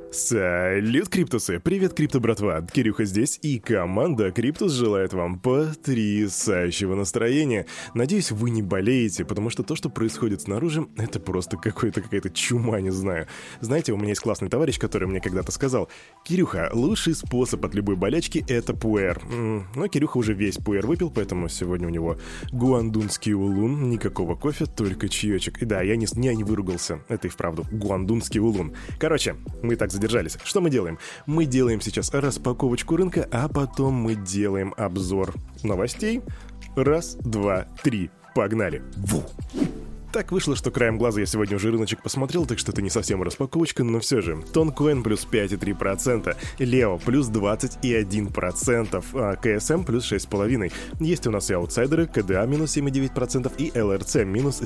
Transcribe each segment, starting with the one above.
Салют, Криптусы! Привет, Крипто братва! Кирюха здесь, и команда Криптус желает вам потрясающего настроения. Надеюсь, вы не болеете, потому что то, что происходит снаружи, это просто какая-то чума, не знаю. Знаете, у меня есть классный товарищ, который мне когда-то сказал: Кирюха, лучший способ от любой болячки — это пуэр. Но Кирюха уже весь пуэр выпил, поэтому сегодня у него гуандунский улун, никакого кофе, только чаечек. И да, я не выругался, это и вправду гуандунский улун. Короче, мы так задержались. Что мы делаем? Мы делаем сейчас распаковочку рынка, а потом мы делаем обзор новостей. Раз, два, три. Погнали. Ву! Так вышло, что краем глаза я сегодня уже рыночек посмотрел, так что это не совсем распаковочка, но все же. Тонкоин плюс 5,3%, Лео плюс 21%, КСМ плюс 6,5%. Есть у нас и аутсайдеры, КДА минус 7,9% и ЛРЦ минус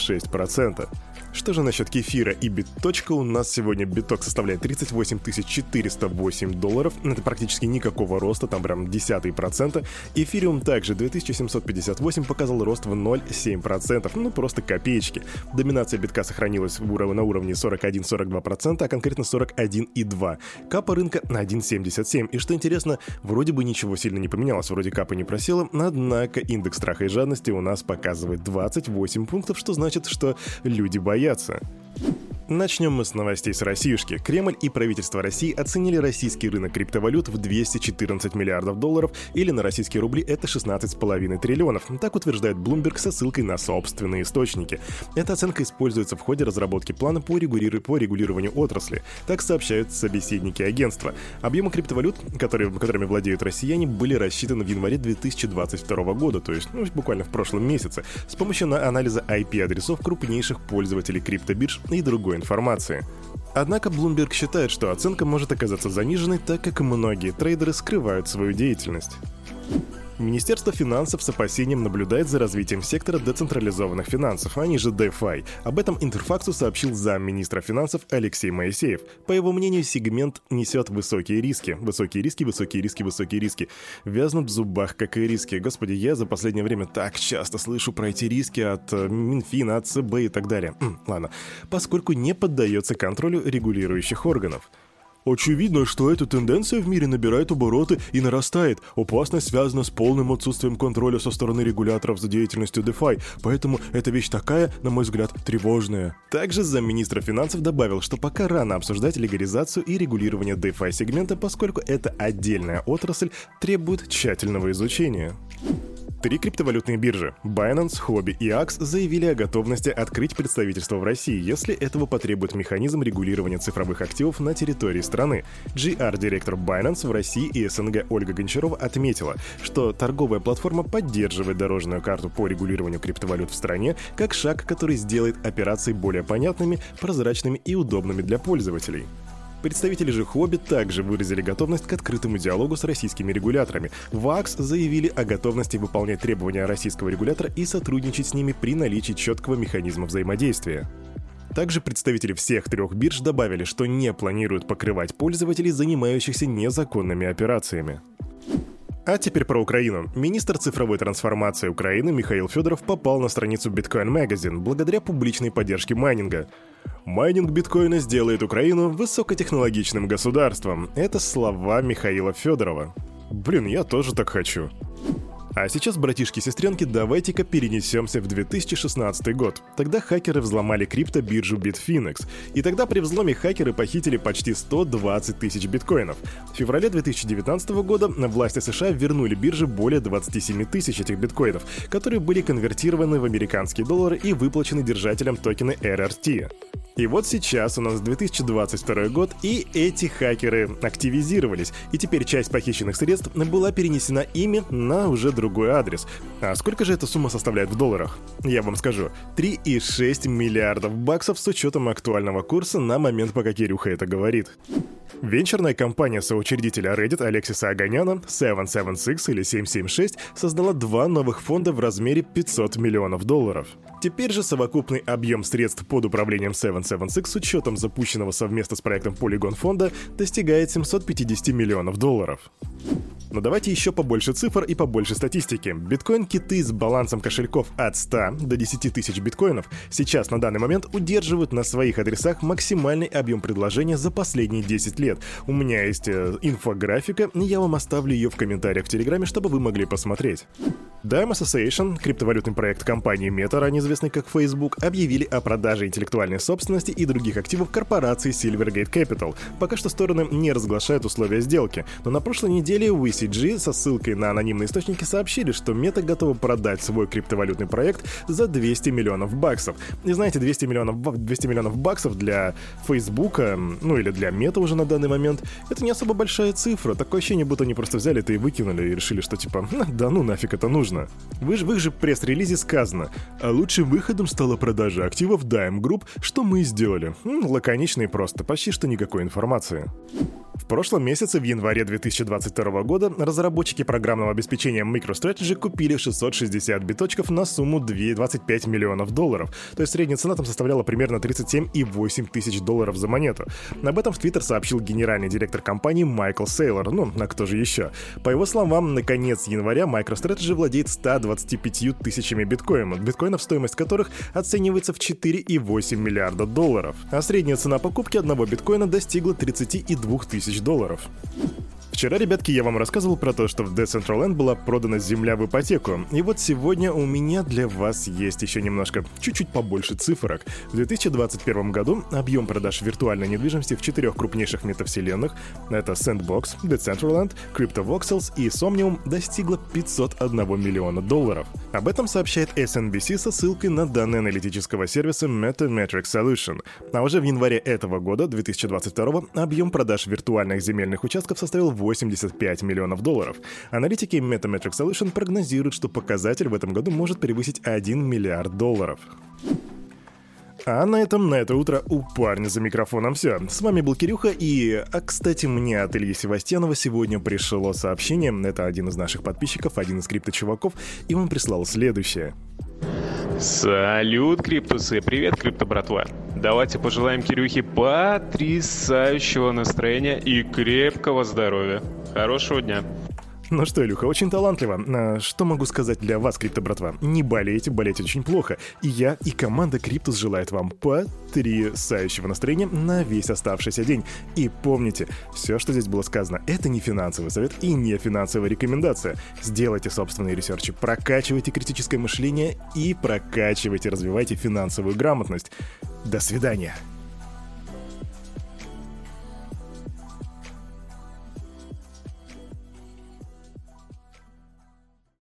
7,6%. Что же насчет кефира и битточка? У нас сегодня биток составляет $38 408. Это практически никакого роста, там прям 0,1%. Эфириум также 2758 показал рост в 0,7%. Ну просто копеечки. Доминация битка сохранилась на уровне 41-42%, а конкретно 41,2%. Капа рынка на 1,77%. И что интересно, вроде бы ничего сильно не поменялось, вроде капа не просела, однако индекс страха и жадности у нас показывает 28 пунктов, что значит, что люди боятся. Начнем мы с новостей с Россиюшки. Кремль и правительство России оценили российский рынок криптовалют в $214 миллиардов, или на российские рубли это 16,5 триллионов. Так утверждает Bloomberg со ссылкой на собственные источники. Эта оценка используется в ходе разработки плана по регулированию отрасли. Так сообщают собеседники агентства. Объемы криптовалют, которыми владеют россияне, были рассчитаны в январе 2022 года, то есть буквально в прошлом месяце, с помощью анализа IP-адресов крупнейших пользователей криптобирж и другой информации. Однако Bloomberg считает, что оценка может оказаться заниженной, так как многие трейдеры скрывают свою деятельность. Министерство финансов с опасением наблюдает за развитием сектора децентрализованных финансов, они же DeFi. Об этом Интерфаксу сообщил замминистра финансов Алексей Моисеев. По его мнению, сегмент несет высокие риски. Высокие риски. Вязнут в зубах, как и риски. Господи, я за последнее время так часто слышу про эти риски от Минфина, от ЦБ и так далее. Ладно. Поскольку не поддается контролю регулирующих органов. Очевидно, что эта тенденция в мире набирает обороты и нарастает. Опасность связана с полным отсутствием контроля со стороны регуляторов за деятельностью DeFi, поэтому эта вещь такая, на мой взгляд, тревожная. Также замминистра финансов добавил, что пока рано обсуждать легализацию и регулирование DeFi-сегмента, поскольку это отдельная отрасль, требует тщательного изучения. 3 криптовалютные биржи Binance, Huobi и Ax заявили о готовности открыть представительство в России, если этого потребует механизм регулирования цифровых активов на территории страны. GR-директор Binance в России и СНГ Ольга Гончарова отметила, что торговая платформа поддерживает дорожную карту по регулированию криптовалют в стране как шаг, который сделает операции более понятными, прозрачными и удобными для пользователей. Представители же Huobi также выразили готовность к открытому диалогу с российскими регуляторами. В Ax заявили о готовности выполнять требования российского регулятора и сотрудничать с ними при наличии четкого механизма взаимодействия. Также представители всех 3 бирж добавили, что не планируют покрывать пользователей, занимающихся незаконными операциями. А теперь про Украину. Министр цифровой трансформации Украины Михаил Федоров попал на страницу Bitcoin Magazine благодаря публичной поддержке майнинга. «Майнинг биткоина сделает Украину высокотехнологичным государством». Это слова Михаила Федорова. Блин, я тоже так хочу. А сейчас, братишки-сестренки, давайте-ка перенесемся в 2016 год. Тогда хакеры взломали криптобиржу Bitfinex. И тогда при взломе хакеры похитили почти 120 тысяч биткоинов. В феврале 2019 года власти США вернули бирже более 27 тысяч этих биткоинов, которые были конвертированы в американские доллары и выплачены держателям токена RRT. И вот сейчас у нас 2022 год, и эти хакеры активизировались, и теперь часть похищенных средств была перенесена ими на уже другой адрес. А сколько же эта сумма составляет в долларах? Я вам скажу, 3,6 миллиардов баксов с учетом актуального курса на момент, пока Кирюха это говорит. Венчурная компания соучредителя Reddit Алексиса Оганяна 776 или 776 создала 2 новых фонда в размере $500 миллионов. Теперь же совокупный объем средств под управлением 776 с учетом запущенного совместно с проектом Polygon фонда достигает $750 миллионов. Но давайте еще побольше цифр и побольше статистики. Биткоин-киты с балансом кошельков от 100 до 10 тысяч биткоинов сейчас на данный момент удерживают на своих адресах максимальный объем предложения за последние 10 лет. У меня есть инфографика, я вам оставлю ее в комментариях в Телеграме, чтобы вы могли посмотреть. Dime Association, криптовалютный проект компании Meta, ранее известный как Facebook, объявили о продаже интеллектуальной собственности и других активов корпорации Silvergate Capital. Пока что стороны не разглашают условия сделки, но на прошлой неделе WCG со ссылкой на анонимные источники сообщили, что Meta готова продать свой криптовалютный проект за 200 миллионов баксов. И знаете, 200 миллионов баксов для Facebook, или для Meta уже на данный момент, это не особо большая цифра. Такое ощущение, будто они просто взяли это и выкинули, и решили, что типа, да ну нафиг это нужно. В их же пресс-релизе сказано: а лучшим выходом стала продажа активов Dime Group, что мы и сделали. Лаконично и просто, почти что никакой информации. В прошлом месяце, в январе 2022 года, разработчики программного обеспечения MicroStrategy купили 660 биточков на сумму $25 миллионов. То есть средняя цена там составляла примерно $37,8 тысяч за монету. Об этом в Твиттер сообщил генеральный директор компании Майкл Сейлор. А кто же еще? По его словам, на конец января MicroStrategy владеет 125 тысячами биткоинов, стоимость которых оценивается в $4,8 миллиарда. А средняя цена покупки одного биткоина достигла $32 тысяч. Вчера, ребятки, я вам рассказывал про то, что в Decentraland была продана земля в ипотеку. И вот сегодня у меня для вас есть еще чуть-чуть побольше цифрок. В 2021 году объем продаж виртуальной недвижимости в 4 крупнейших метавселенных, это Sandbox, Decentraland, CryptoVoxels и Somnium, достигла $501 миллиона. Об этом сообщает SNBC со ссылкой на данные аналитического сервиса Metametrics Solution. А уже в январе этого года, 2022, объем продаж виртуальных земельных участков составил $85 миллионов. Аналитики Metametrics Solution прогнозируют, что показатель в этом году может превысить $1 миллиард. А на это утро у парня за микрофоном все. С вами был Кирюха кстати, мне от Ильи Севастьянова сегодня пришло сообщение. Это один из наших подписчиков, один из крипточуваков, и он прислал следующее. Салют, криптусы! Привет, крипто-братва! Давайте пожелаем Кирюхе потрясающего настроения и крепкого здоровья. Хорошего дня! Ну что, Илюха, очень талантливо. Что могу сказать для вас, крипто-братва? Не болейте, болеть очень плохо. И я, и команда Криптус желает вам потрясающего настроения на весь оставшийся день. И помните, все, что здесь было сказано, это не финансовый совет и не финансовая рекомендация. Сделайте собственные ресерчи, прокачивайте критическое мышление и развивайте финансовую грамотность. До свидания.